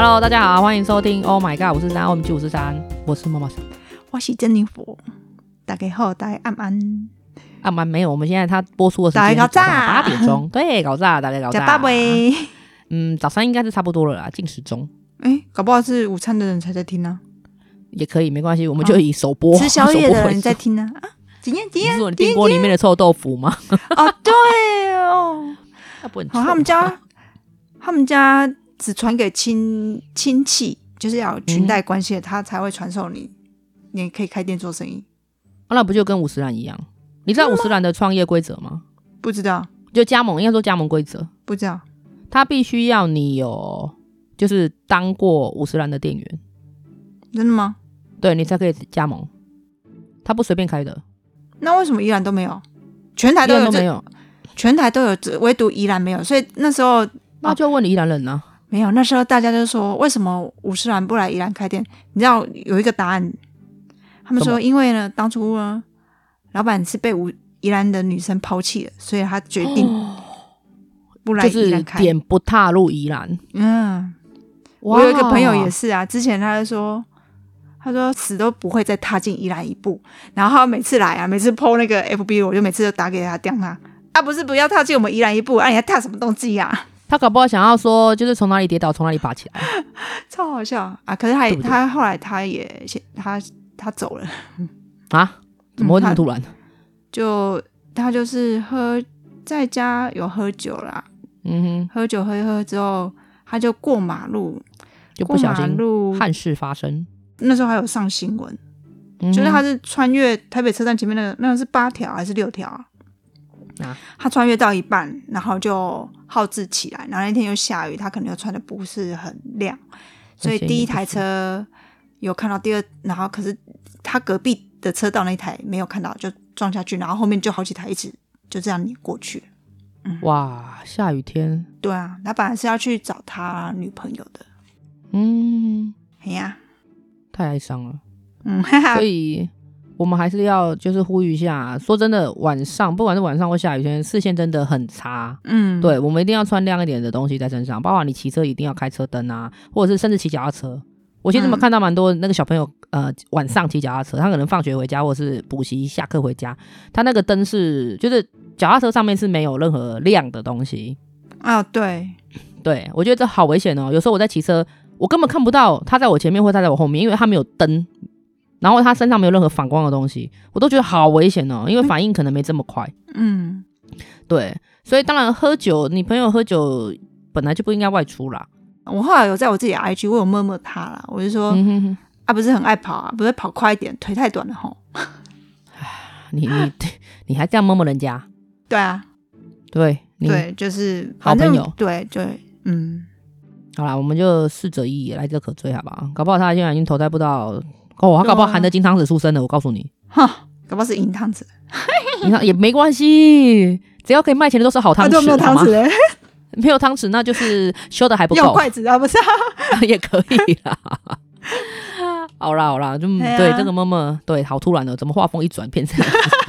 Hello， 大家好，欢迎收听 Oh My God 543 OMG 543，我是妈妈桑， 我是珍妮佛。大家好，大家安安。 啊，没有，我们现在它播出的时间是早上8点钟，对，搞炸，大概搞炸。 假爸喂， 早上应该是差不多了啦，进时钟。 搞不好是午餐的人才在听呢、 也可以，没关系，我们就以首播。 吃宵夜的人在听呢、怎样？ 你是说你电锅里面的臭豆腐吗？ 哦，对哦， 那不很臭。 好，他们家只传给亲戚，就是要有裙带关系的，他才会传授你可以开店做生意。 那不就跟50兰一样？你知道50兰的创业规则吗？ 不知道， 就加盟，应该说加盟规则。 不知道。 他必须要你有就是当过50兰的店员。 真的吗？ 对，你才可以加盟，他不随便开的。 那为什么宜兰都没有？全台都有， 没有， 全台都有，唯独宜兰没有。所以那时候那就问宜兰人啊。 没有，那时候大家就说为什么50兰不来宜兰开店？你知道有一个答案，他们说因为呢，当初呢，老板是被宜兰的女生抛弃了，所以他决定不来宜兰开， 就是点不踏入宜兰。 我有一个朋友也是啊，之前他说死都不会再踏进宜兰一步，然后他每次来啊，每次 po 那个 FB， 我就每次都打给他刁他啊，不是不要踏进我们宜兰一步啊，你还踏什么东西啊？ 他搞不好想要说就是从哪里跌倒从哪里爬起来， 超好笑啊！可是他后来他走了啊？怎么会这么突然？ 他就是在家有喝酒啦，喝酒喝一喝之后，他就过马路， 就不小心憾事发生。 那时候还有上新闻，就是他是穿越台北车站前面那个是8条还是6条啊？他穿越到一半，然后就号志起来，然后那天又下雨，他可能又穿的不是很亮，所以第一台车有看到，第二，然后可是他隔壁的车道那一台没有看到，就撞下去，然后后面就好几台一直就这样碾过去。 哇，下雨天。 对啊，他本来是要去找他女朋友的。哎呀， 太哀伤了。所以我们还是要就是呼吁一下，说真的，晚上不管是晚上或下雨天，视线真的很差。对，我们一定要穿亮一点的东西在身上，包括你骑车一定要开车灯啊，或者是甚至骑脚踏车。我其实看到蛮多那个小朋友晚上骑脚踏车，他可能放学回家或者是补习下课回家，他那个灯是就是脚踏车上面是没有任何亮的东西啊。对， 我觉得这好危险哦。有时候我在骑车，我根本看不到他在我前面或他在我后面，因为他没有灯，然后他身上没有任何反光的东西，我都觉得好危险哦，因为反应可能没这么快。对，所以当然喝酒，你朋友喝酒本来就不应该外出啦。 我后来有在我自己的 IG 我有摸摸他啦，我就说不是很爱跑啊，不是跑快一点，腿太短了吼。 你还这样摸摸人家？ 对啊， 对， 就是好朋友。 对， 好啦，我们就逝者已矣，来者可追，好不好？搞不好他现在已经投胎不到他搞不好含着金汤匙出生的，我告诉你。 搞不好是银汤匙， 银汤也没关系，只要可以卖钱的都是好汤匙。 没有汤匙没有汤匙，那就是修的还不够。 用筷子啊，不是也可以啦。好啦，就对这个妈妈，对，好突然的，怎么话锋一转变成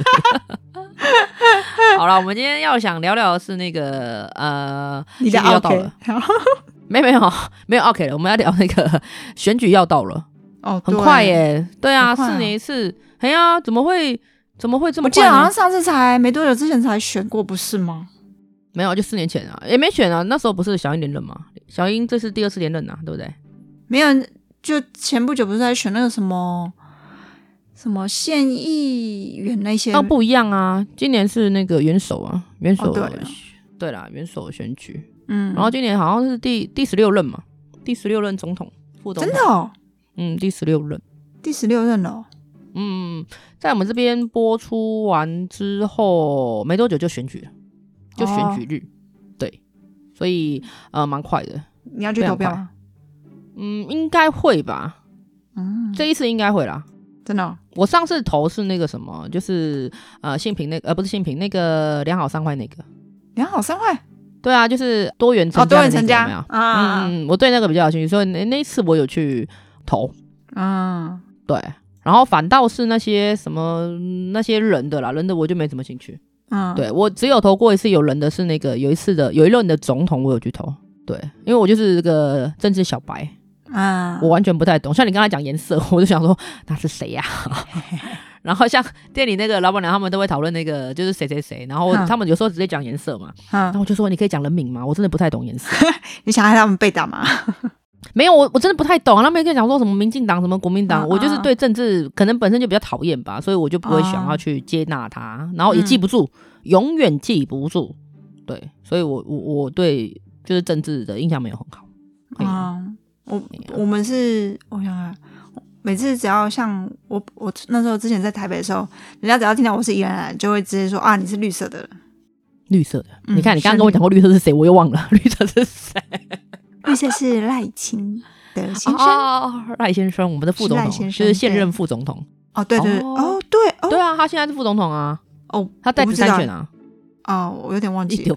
好啦，我们今天要想聊聊的是那个你的要到了，没有 OK 了，我们要聊那个选举要到了。很快耶。对啊，4年一次。哎呀，怎么会这么快呢？ 我记得好像上次才没多久之前才选过，不是吗？ 没有，就4年前啊，也没选啊。那时候不是小英连任吗？小英这是第2次连任啊，对不对？ 没有，就前不久不是在选那个什么县议员那些？ 不一样啊，今年是那个元首啊，元首。对啦，元首选举。然后今年好像是第16任嘛，第16任总统、副总统。 真的哦？ 第16任。 第16任了。 在我们这边播出完之后没多久就选举了。就选举日。对，所以蛮快的。 你要去投票吗？ 应该会吧。这一次应该会啦。 真的我上次投是那个什么，就是性平那个不是性平，那个良好3坏那个。 良好3坏？ 对啊，就是多元成家的那个。多元成家。 有没有？ 我对那个比较有兴趣，所以那一次我有去投。对，然后反倒是那些什么那些人的我就没什么兴趣。对，我只有投过一次有人的是那个有一任的总统我有去投。对，因为我就是这个政治小白。 我完全不太懂。像你刚才讲颜色，我就想说那是谁呀？然后像店里那个老板娘他们都会讨论那个就是谁谁谁，然后他们有时候直接讲颜色嘛，然后我就说你可以讲人名吗？我真的不太懂颜色。 你想害他们被打吗？ 没有，我真的不太懂。他们跟你讲说什么民进党什么国民党，我就是对政治可能本身就比较讨厌吧，所以我就不会想要去接纳它，然后也记不住，永远记不住。对，所以我对就是政治的印象没有很好。 我们是我想想，每次只要像我那时候之前在台北的时候，人家只要听到我是宜兰人，就会直接说啊你是绿色的人。 绿色的，你看你刚刚跟我讲过绿色是谁，我又忘了绿色是谁。 绿色是赖清德先生， 赖先生，我们的副总统，就是现任副总统。 对对对， 对啊，他现在是副总统啊。他在职参选啊。 我有点忘记了。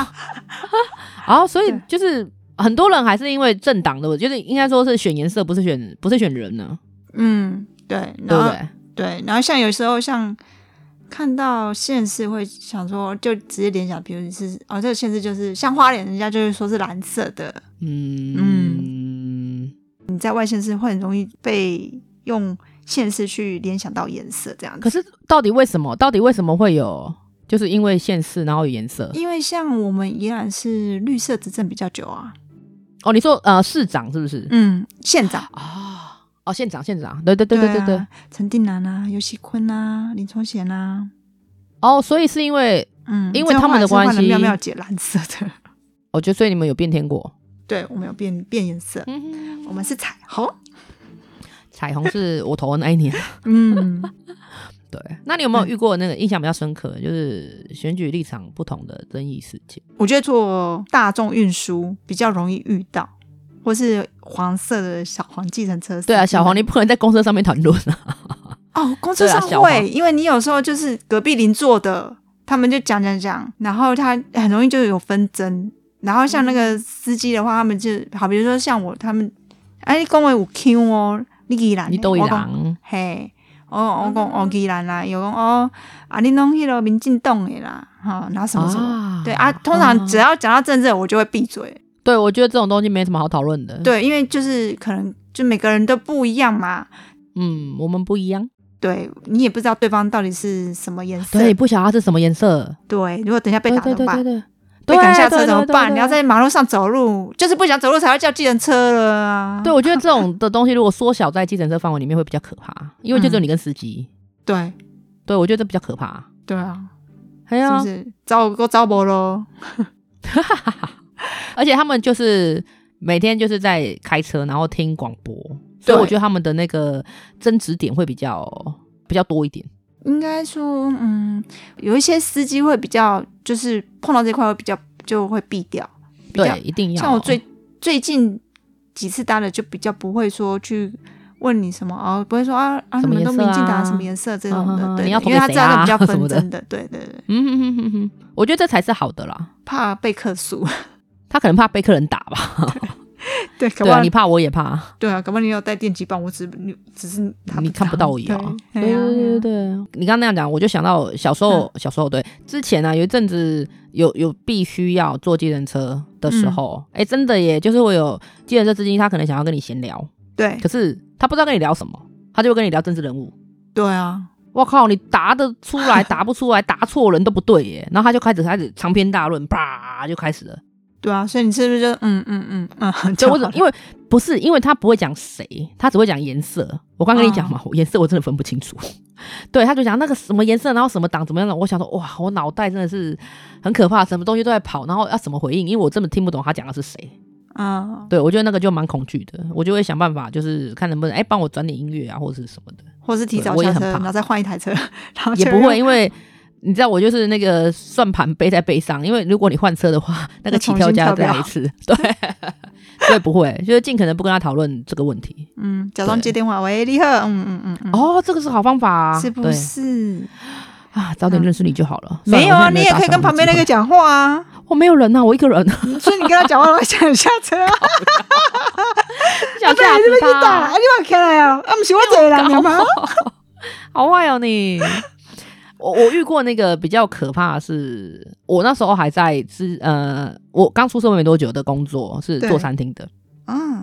所以就是很多人还是因为政党的，就是应该说是选颜色，不是选人呢。 对， 对不对？ 对，然后像有时候像看到县市会想说，就直接联想，比如是这个县市就是像花莲，人家就会说是蓝色的。你在外县市会很容易被用县市去联想到颜色这样子。 可是到底为什么会有？就是因为县市然后有颜色？ 因为像我们宜兰是绿色执政比较久啊。 你说市长是不是？ 县长县长，对， 陈定南啊，游锡堃啊，林聪贤啊。 所以是因为他们的关系， 妙妙姐蓝色的。 就所以你们有变天过？ 对，我们有变颜色。我们是彩虹。 彩虹是我投的那一年。对，那你有没有遇过那个印象比较深刻的，就是选举立场不同的争议事件？ 我觉得做大众运输比较容易遇到，或是黄色的小黄计程车。 对啊，小黄你不能在公车上面谈论啊。公车上会，因为你有时候就是隔壁邻座的，他们就讲，然后他很容易就有纷争。然后像那个司机的话，他们就好，比如说像他们，你讲的有 Q 哦，你宜兰， 你都宜兰， 嘿。我讲宜兰啦，有讲你弄迄个民进党的啦，然后什么什么，对啊，通常只要讲到政治，我就会闭嘴。 对，我觉得这种东西没什么好讨论的。 对，因为就是可能就每个人都不一样嘛。 我们不一样。 对，你也不知道对方到底是什么颜色。 对，不晓得他是什么颜色。 对，如果等一下被打怎么办？ 对， 被赶下车怎么办？你要在马路上走路，就是不想走路才会叫计程车了啊。 对，我觉得这种的东西如果缩小在计程车范围里面会比较可怕，因为就只有你跟司机。 对， 我觉得这比较可怕。 对啊， 是不是找不咯？ 而且他们就是每天就是在开车，然后听广播，所以我觉得他们的那个争执点会比较多一点。 应该说，有一些司机会比较，就是碰到这块会比较就会避掉。 对，一定要。 像我最近几次搭的就比较不会说去问你什么不会说你们都民进党什么颜色这种的，对， 你要投给谁啊？ 因为他知道那比较纷争的，对。 我觉得这才是好的啦。 怕被客诉， 他可能怕被客人打吧。 对， 你怕我也怕。 对啊，搞不好你有带电击棒，我只是你看不到我有。对，你刚刚那样讲，我就想到小时候对，之前有一阵子有必须要坐计程车的时候，真的耶，就是会有计程车司机，他可能想要跟你闲聊， 对， 可是他不知道跟你聊什么，他就会跟你聊政治人物。 对啊， 我靠，你答得出来答不出来，答错人都不对耶，然后他就开始长篇大论，啪就开始了。 对啊，所以你是不是就对，因为他不会讲谁，他只会讲颜色。我刚跟你讲嘛，颜色我真的分不清楚。对，他就讲那个什么颜色，然后什么党怎么样的。我想说，哇，我脑袋真的是很可怕，什么东西都在跑，然后要怎么回应？因为我真的听不懂他讲的是谁。对，我觉得那个就蛮恐惧的，我就会想办法，就是看能不能帮我转点音乐啊，或者是什么的， 或是提早下车，然后再换一台车，然后也不会，因为。你知道我就是那个算盘背在背上，因为如果你换车的话，那个起跳价再来一次，对，所以不会，就是尽可能不跟他讨论这个问题。 假装接电话，喂，你好， 这个是好方法啊， 是不是？ 早点认识你就好了。 没有啊，你也可以跟旁边那个讲话啊。 我没有人啊，我一个人， 所以你跟他讲话，我想下车啊。 想下车他， 你往开来啊，不是我这个人，好吗？ 好坏哦你。我遇过那个比较可怕的是，我那时候还在我刚出社会没多久的工作是做餐厅的，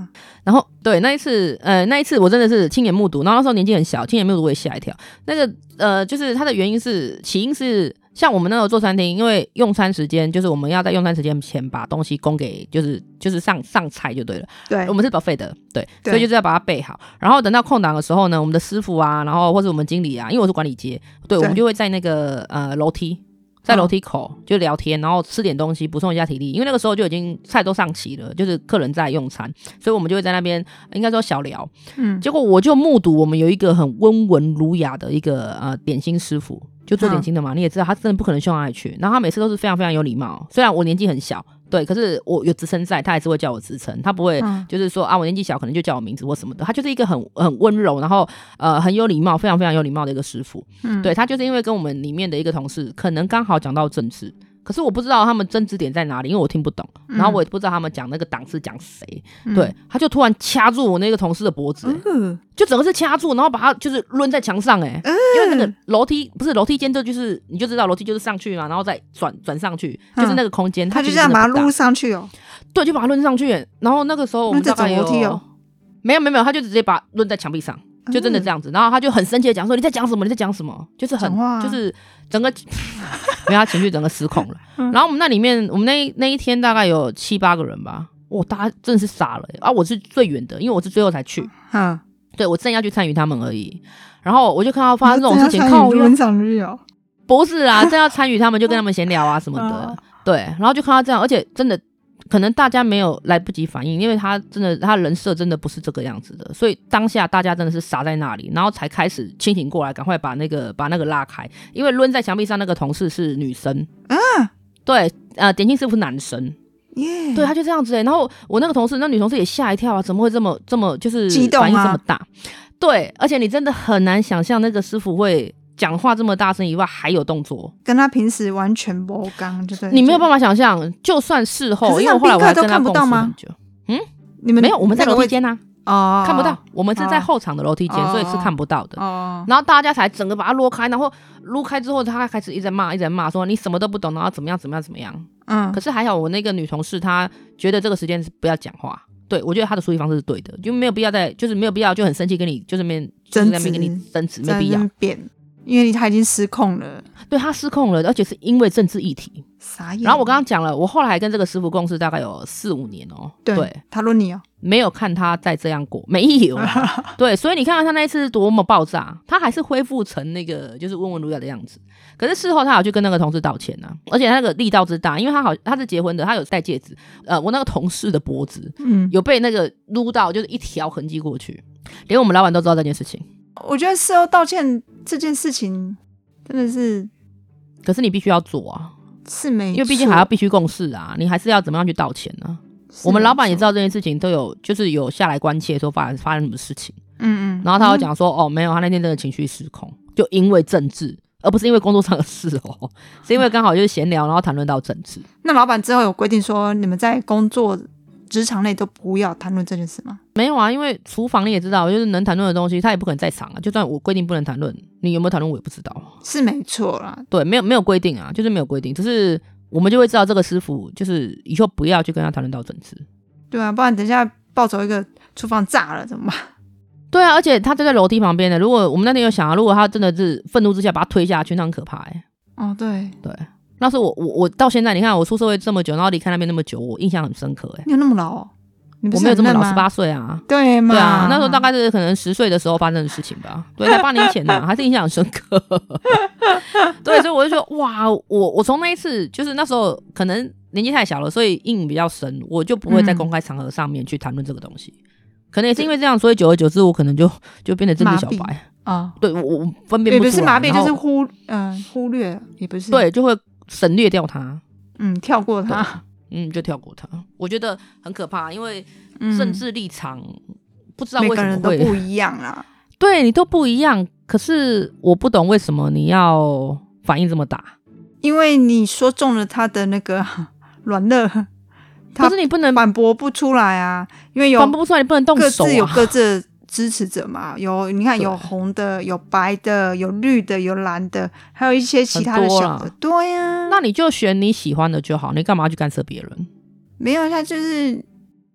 然后对那一次我真的是亲眼目睹，然后那时候年纪很小，亲眼目睹我也吓一跳。那个就是它的原因是起因是像我们那时候做餐厅，因为用餐时间就是我们要在用餐时间前把东西供给就是上菜就对了。对，我们是 buffet 的，对，所以就是要把它备好。然后等到空档的时候呢，我们的师傅啊，然后或者我们经理啊，因为我是管理阶，对，我们就会在那个楼梯。在楼梯口就聊天，然后吃点东西补充一下体力，因为那个时候就已经菜都上齐了，就是客人在用餐，所以我们就会在那边应该说小聊。结果我就目睹我们有一个很温文儒雅的一个点心师傅，就做点心的嘛，你也知道他真的不可能凶到哪里去，然后他每次都是非常非常有礼貌，虽然我年纪很小。对，可是我有职称在，他还是会叫我职称，他不会就是说啊，我年纪小可能就叫我名字或什么的，他就是一个很温柔，然后很有礼貌，非常非常有礼貌的一个师傅。对，他就是因为跟我们里面的一个同事可能刚好讲到政治，可是我不知道他们争执点在哪里，因为我听不懂，然后我也不知道他们讲那个党是讲谁。对，他就突然掐住我那个同事的脖子，就整个是掐住，然后把他就是抡在墙上，因为那个楼梯不是楼梯间，就是你就知道楼梯就是上去嘛，然后再转上去，就是那个空间， 他就这样把它抡上去哦。 对，就把它抡上去，然后那个时候我们大概有没有，他就直接把它抡在墙壁上。就真的这样子，然后他就很生气的讲说你在讲什么，就是很就是整个因为他情绪整个失控了。然后我们那里面我们那一天大概有7、8个人吧，大家真的是傻了啊！我是最远的，因为我是最后才去，对，我正要去参与他们而已。然后我就看到发生这种事情，靠我场日哦， 不是啦，正要参与他们就跟他们闲聊啊什么的，对，然后就看到这样，而且真的。可能大家没有来不及反应，因为他人设真的不是这个样子的，所以当下大家真的是傻在那里，然后才开始清醒过来，赶快把那个拉开，因为抡在墙壁上那个同事是女生对，点心师傅是男生对，他就这样子然后我那个同事，那女同事也吓一跳啊，怎么会这么就是反应这么大？对，而且你真的很难想象那个师傅会。讲话这么大声以外，还有动作， 跟他平时完全不一样，就对。 你没有办法想象，就算事后，因为我后来我还跟他共事很久。你们没有？我们在楼梯间看不到。我们是在后场的楼梯间，所以是看不到的。然后大家才整个把它撸开，然后撸开之后，他开始一直在骂，说你什么都不懂，然后怎么样。可是还好，我那个女同事她觉得这个时间是不要讲话。对，我觉得她的处理方式是对的，就没有必要就很生气跟你就是在那边跟你争执，没必要。 因为他已经失控了， 对，他失控了，而且是因为政治议题。 傻眼。 然后我刚刚讲了，我后来还跟这个师傅共事大概有4、5年哦。对， 他论你哦， 没有看他再这样过，没有啦。对，所以你看看他那一次多么爆炸，他还是恢复成那个就是温文儒雅的样子。可是事后他有去跟那个同事道歉啊，而且他那个力道之大，因为他是结婚的，他有戴戒指。我那个同事的脖子，有被那个撸到，就是一条痕迹过去，连我们老板都知道这件事情。 我觉得事后道歉这件事情真的是， 可是你必须要做啊， 是没错， 因为毕竟还要必须共事啊，你还是要怎么样去道歉呢？我们老板也知道这件事情，都有就是有下来关切说发生什么事情，然后他会讲说没有，他那天真的情绪失控，就因为政治，而不是因为工作上的事是因为刚好就是闲聊，然后谈论到政治。 那老板之后有规定说你们在工作职场内都不要谈论这件事吗？ 没有啊，因为厨房你也知道，就是能谈论的东西他也不可能在场啊，就算我规定不能谈论，你有没有谈论我也不知道。 是没错啦， 对，没有规定啊，就是没有规定，只是我们就会知道这个师傅就是以后不要去跟他谈论到政治。 对啊，不然等一下抱走一个厨房炸了怎么办？ 对啊，而且他就在楼梯旁边的，如果我们那天有想啊，如果他真的是愤怒之下把他推下去，那很可怕对对，那是我到现在你看我出社会这么久，然后离开那边那么久，我印象很深刻你有那么老我没有这么老，18岁啊。 对嘛？ 对啊，那时候大概是可能10岁的时候发生的事情吧。对，在8年前还是印象很深刻。对，所以我就说哇，我从那一次就是那时候可能年纪太小了，所以阴影比较深，我就不会在公开场合上面去谈论这个东西。可能也是因为这样，所以久而久之，我可能就变成政治小白啊。对，我分辨不出来，也不是麻痹，就是忽略，也不是。 对，就会省略掉它， 跳过它。 就跳过它，我觉得很可怕，因为政治立场不知道为什么每个人都不一样啦。 对，你都不一样，可是我不懂为什么你要反应这么大。 因为你说中了他的那个软肋， 可是你不能反驳不出来啊，因为反驳不出来，你不能动手啊。 各自有各自的支持者嘛，你看有红的，有白的，有绿的，有蓝的，还有一些其他的小的。对呀， 那你就选你喜欢的就好，你干嘛去干涉别人？ 没有，他就是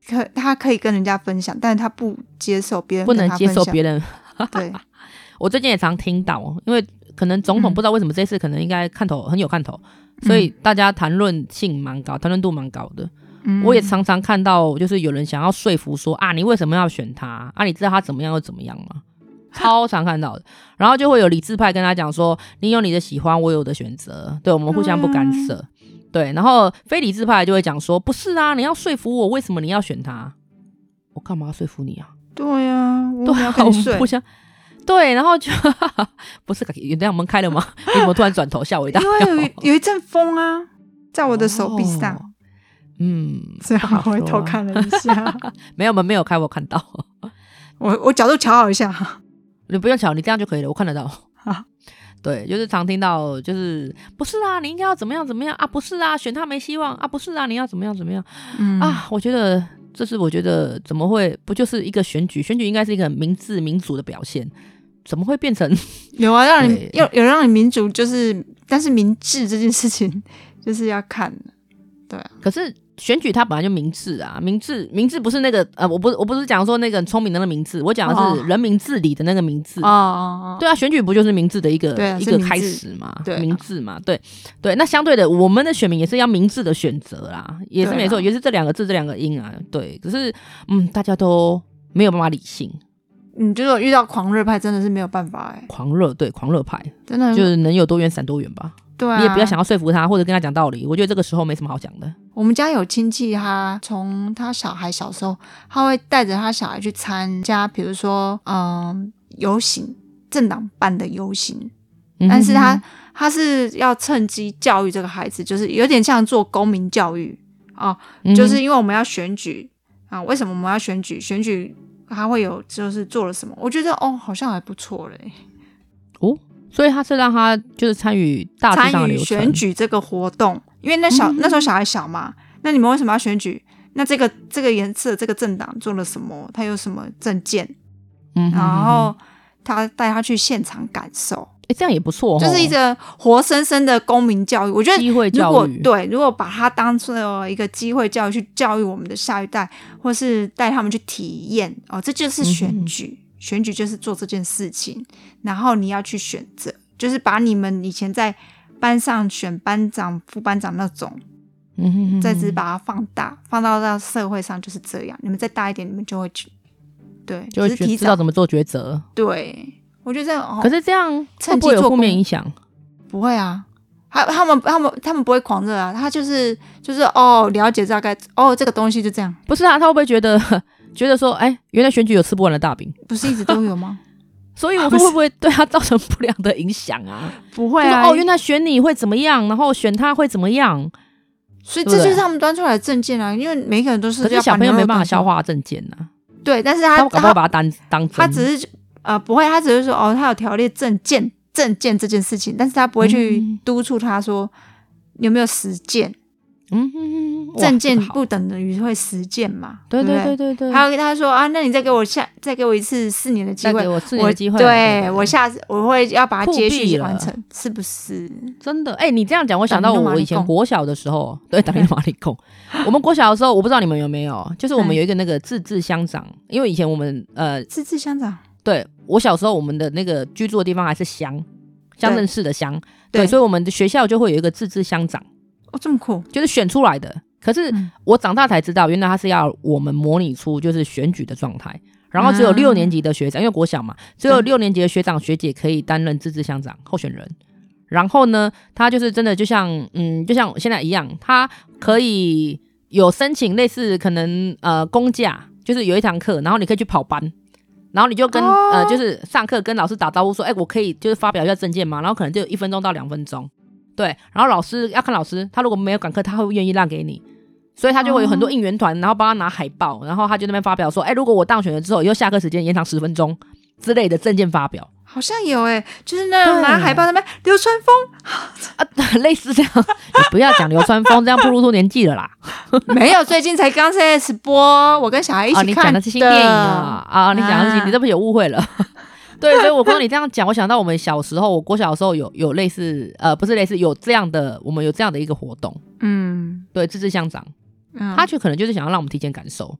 他可以跟人家分享，但是他不接受别人跟他分享， 不能接受别人。 对， 我最近也常听到，因为可能总统不知道为什么这次可能应该很有看头，所以大家谈论性蛮高，谈论度蛮高的。我也常常看到，就是有人想要说服说啊，你为什么要选他啊？你知道他怎么样又怎么样吗？超常看到的。然后就会有理智派跟他讲说，你有你的喜欢，我有我的选择，对，我们互相不干涉。对，然后非理智派就会讲说，不是啊，你要说服我，为什么你要选他？我干嘛要说服你啊？ 对啊，我们要跟你睡。 我们互相对，然后就不是等下我们开了吗？你怎么突然转头吓我一大跳？ 因为有一阵风啊，在我的手臂上。所以我会偷看了一下。 没有，我们没有开，我看到。 我角度调好一下。 你不用调，你这样就可以了，我看得到。对，就是常听到，就是不是啊，你应该要怎么样怎么样啊？不是啊，选他没希望啊？不是啊，你要怎么样怎么样？啊，我觉得怎么会不就是一个选举？选举应该是一个民治民主的表现，怎么会变成有啊？让你有让你民主，就是但是民治这件事情就是要看，对啊。 可是选举它本来就民治啊，民治不是那个我不是讲说那个很聪明的那个民治，我讲的是人民治理的那个民治。对啊，选举不就是民治的一个开始嘛，民治嘛，对。那相对的，我们的选民也是要民治的选择啦，也是没错，也是这两个字这两个音啊，对。可是大家都没有办法理性。 你就是遇到狂热派真的是没有办法狂热派真的就是能有多远闪多远吧。 对啊， 你也不要想要说服他或者跟他讲道理，我觉得这个时候没什么好讲的。 我们家有亲戚，他从他小孩小时候，他会带着他小孩去参加，比如说游行，政党办的游行，但是他是要趁机教育这个孩子，就是有点像做公民教育就是因为我们要选举啊，为什么我们要选举？选举他会有就是做了什么？我觉得好像还不错嘞。 所以他是让他就是参与大致上的流程， 参与选举这个活动，因为那时候小孩小嘛，那你们为什么要选举？那这个颜色这个政党做了什么？他有什么政见？然后他带他去现场感受， 这样也不错， 就是一个活生生的公民教育。我觉得机会教育， 如果把它当做一个机会教育，去教育我们的下一代，或是带他们去体验这就是选举。选举就是做这件事情，然后你要去选择，就是把你们以前在班上选班长、副班长那种，再只把它放大，放到社会上就是这样。你们再大一点，你们就会就会知道怎么做抉择。 对，我觉得这样。 可是这样会不会有负面影响？ 不会啊，他们不会狂热啊，他就是了解大概这个东西就这样。 不是啊，他会不会觉得说，原来选举有吃不完的大饼， 不是一直都有吗？ 所以我说会不会对他造成不良的影响啊？ 不会啊， 就是原来选你会怎么样，然后选他会怎么样， 所以这就是他们端出来的政见啊。因为每个人都是， 可是小朋友没办法消化政见啊。 对，但是他搞不好把它当真， 他只是不会，他只是说他有条列政见这件事情，但是他不会去督促他说有没有实践。政见不等于会实践嘛？对。还有他说那你再给我一次4年的机会， 再给我4年的机会， 对，我下次我会要把它接续完成，是不是？ 真的你这样讲，我想到我以前国小的时候，对，打电话里供。我们国小的时候，我不知道你们有没有，就是我们有一个那个自治乡长，因为以前我们自治乡长， 对，我小时候我们的那个居住的地方还是乡镇市的乡，对，所以我们的学校就会有一个自治乡长。 这么酷， 就是选出来的。可是我长大才知道，原来他是要我们模拟出就是选举的状态，然后只有6年级的学长，因为国小嘛，只有6年级的学长学姐可以担任自治乡长候选人。然后呢，他就是真的就像现在一样，他可以有申请类似可能公假，就是有一堂课，然后你可以去跑班，然后你就跟就是上课跟老师打招呼说，我可以就是发表一下政见吗？然后可能就有1分钟到2分钟。对，然后老师要看老师，他如果没有赶课，他会不愿意让给你，所以他就会有很多应援团，然后帮他拿海报，然后他就那边发表说，如果我当选了之后，以后下课时间延长10分钟之类的政见发表。 好像有就是那种拿海报那边流川枫类似这样。你不要讲流川枫，这样暴露出年纪了啦。 没有，最近才刚在直播，我跟小孩一起看的。 你讲的是新电影你讲的是你这不是有误会了。对，所以我刚刚你这样讲，我想到我们小时候，我国小的时候有类似不是类似，有这样的，我们有这样的一个活动。对，自治乡长，他就可能就是想要让我们提前感受。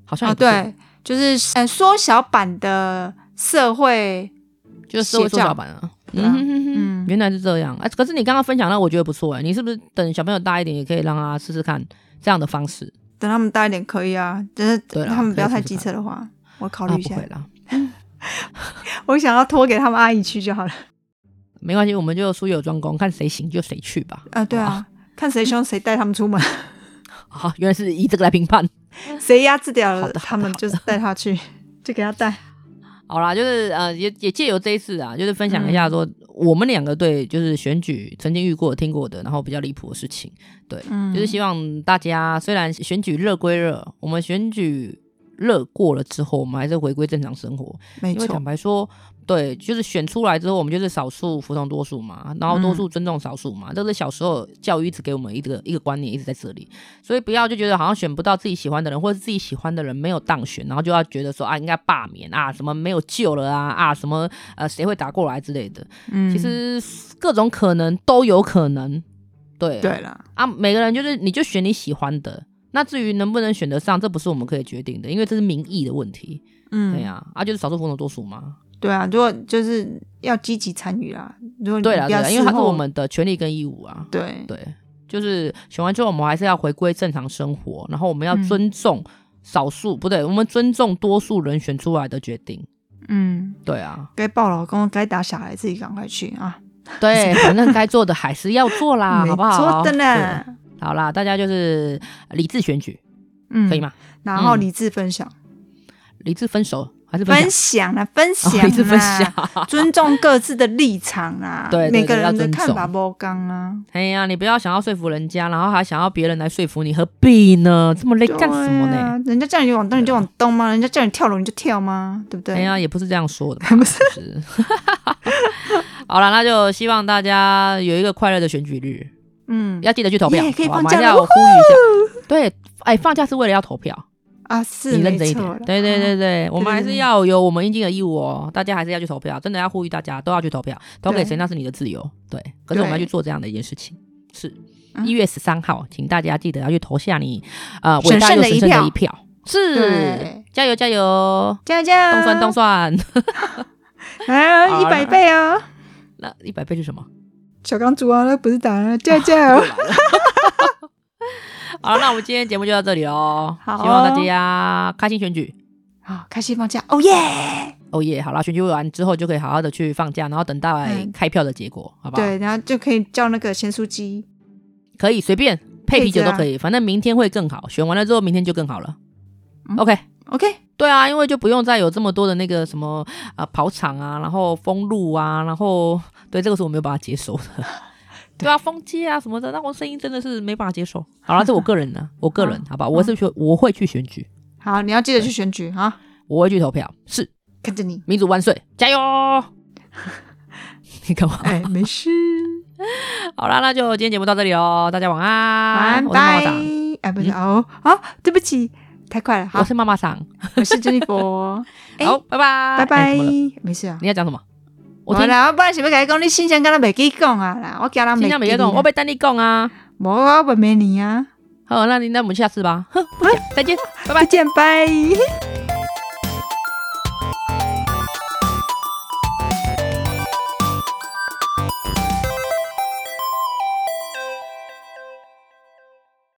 好像对，就是缩小版的社会， 就是社会缩小版啊。原来是这样。可是你刚刚分享那我觉得不错你是不是等小朋友大一点也可以让他试试看这样的方式？ 等他们大一点可以啊，就是他们不要太机车的话，我考虑一下。 不会啦。 我想要托给他们阿姨去就好了。 没关系，我们就术有专攻，看谁行就谁去吧。 对啊，看谁凶谁带他们出门。 好，原来是以这个来评判， 谁压制掉了他们，就是带他去，就给他带。 好啦，就是也借由这一次啊，就是分享一下说我们两个对就是选举曾经遇过、听过的，然后比较离谱的事情。对，就是希望大家虽然选举热归热，我们选举热过了之后，我们还是回归正常生活。 没错， 因为坦白说。对，就是选出来之后，我们就是少数服从多数嘛，然后多数尊重少数嘛，这是小时候教育一直给我们一个观念，一直在这里，所以不要就觉得好像选不到自己喜欢的人，或者是自己喜欢的人没有当选，然后就要觉得说应该罢免啊，什么没有救了啊什么谁会打过来之类的。其实各种可能都有可能。对啦每个人就是你就选你喜欢的，那至于能不能选得上，这不是我们可以决定的，因为这是民意的问题。对啊，就是少数服从多数嘛。 对啊，如果就是要积极参与啦。 对啦，因为它是我们的权利跟义务啊。 对， 就是选完之后，我们还是要回归正常生活，然后我们要尊重少数，不对，我们尊重多数人选出来的决定。对啊， 该抱老公、该打小孩，自己赶快去啊。 对，反正该做的还是要做啦，好不好？ 错的啦。 好啦，大家就是理智选举，可以吗？ 然后理智分享， 理智分手。还是分享啦，尊重各自的立场啊， 对， 每个人的看法不一样啊。 哎呀，你不要想要说服人家，然后还想要别人来说服你，何必呢？这么累干什么呢？ 人家叫你往东你就往东吗？人家叫你跳楼你就跳吗？对不对？ 哎呀，也不是这样说的，不是。好了，那就希望大家有一个快乐的选举日。要记得去投票， 可以放假了。 要呼吁一下，对，放假是为了要投票。 是你认真一点，对，我们还是要有我们应尽的义务哦。大家还是要去投票，真的要呼吁大家都要去投票，投给谁那是你的自由。对，可是我们要去做这样的一件事情。是1月13号，请大家记得要去投下你伟大又神圣的一票。是，加油，动算 ，100倍啊！ 那100倍是什么？ 小钢珠啊，那不是打加油。 好，那我们今天节目就到这里咯。希望大家开心选举， 好，开心放假，哦耶！ 好啦，选举完之后就可以好好的去放假，然后等待开票的结果，好不好？ 对，然后就可以叫那个咸酥鸡， 可以随便配啤酒都可以，反正明天会更好。选完了之后，明天就更好了。OK，对啊，因为就不用再有这么多的那个什么跑场啊，然后封路啊，然后对这个是我没有办法接受的。对啊，封街啊什么的，那我声音真的是没办法接受。好了，这我个人呢，好吧，我会去选举。 好，你要记得去选举啊！ 我会去投票，是看着你， 民主万岁，加油！你干嘛？ 没事。 好啦，那就今天节目到这里哦，大家晚安， 晚安，拜。不是对不起，太快了。 我是妈妈桑， 我是珍妮佛。 好，拜拜， 没事啊。 你要讲什么？ 我本来想要跟你讲，你新鲜跟他没给讲啊，我叫他没给讲，我被等你讲啊， 我没你啊。 好，那我们下次吧，再见，拜拜， 再见，拜。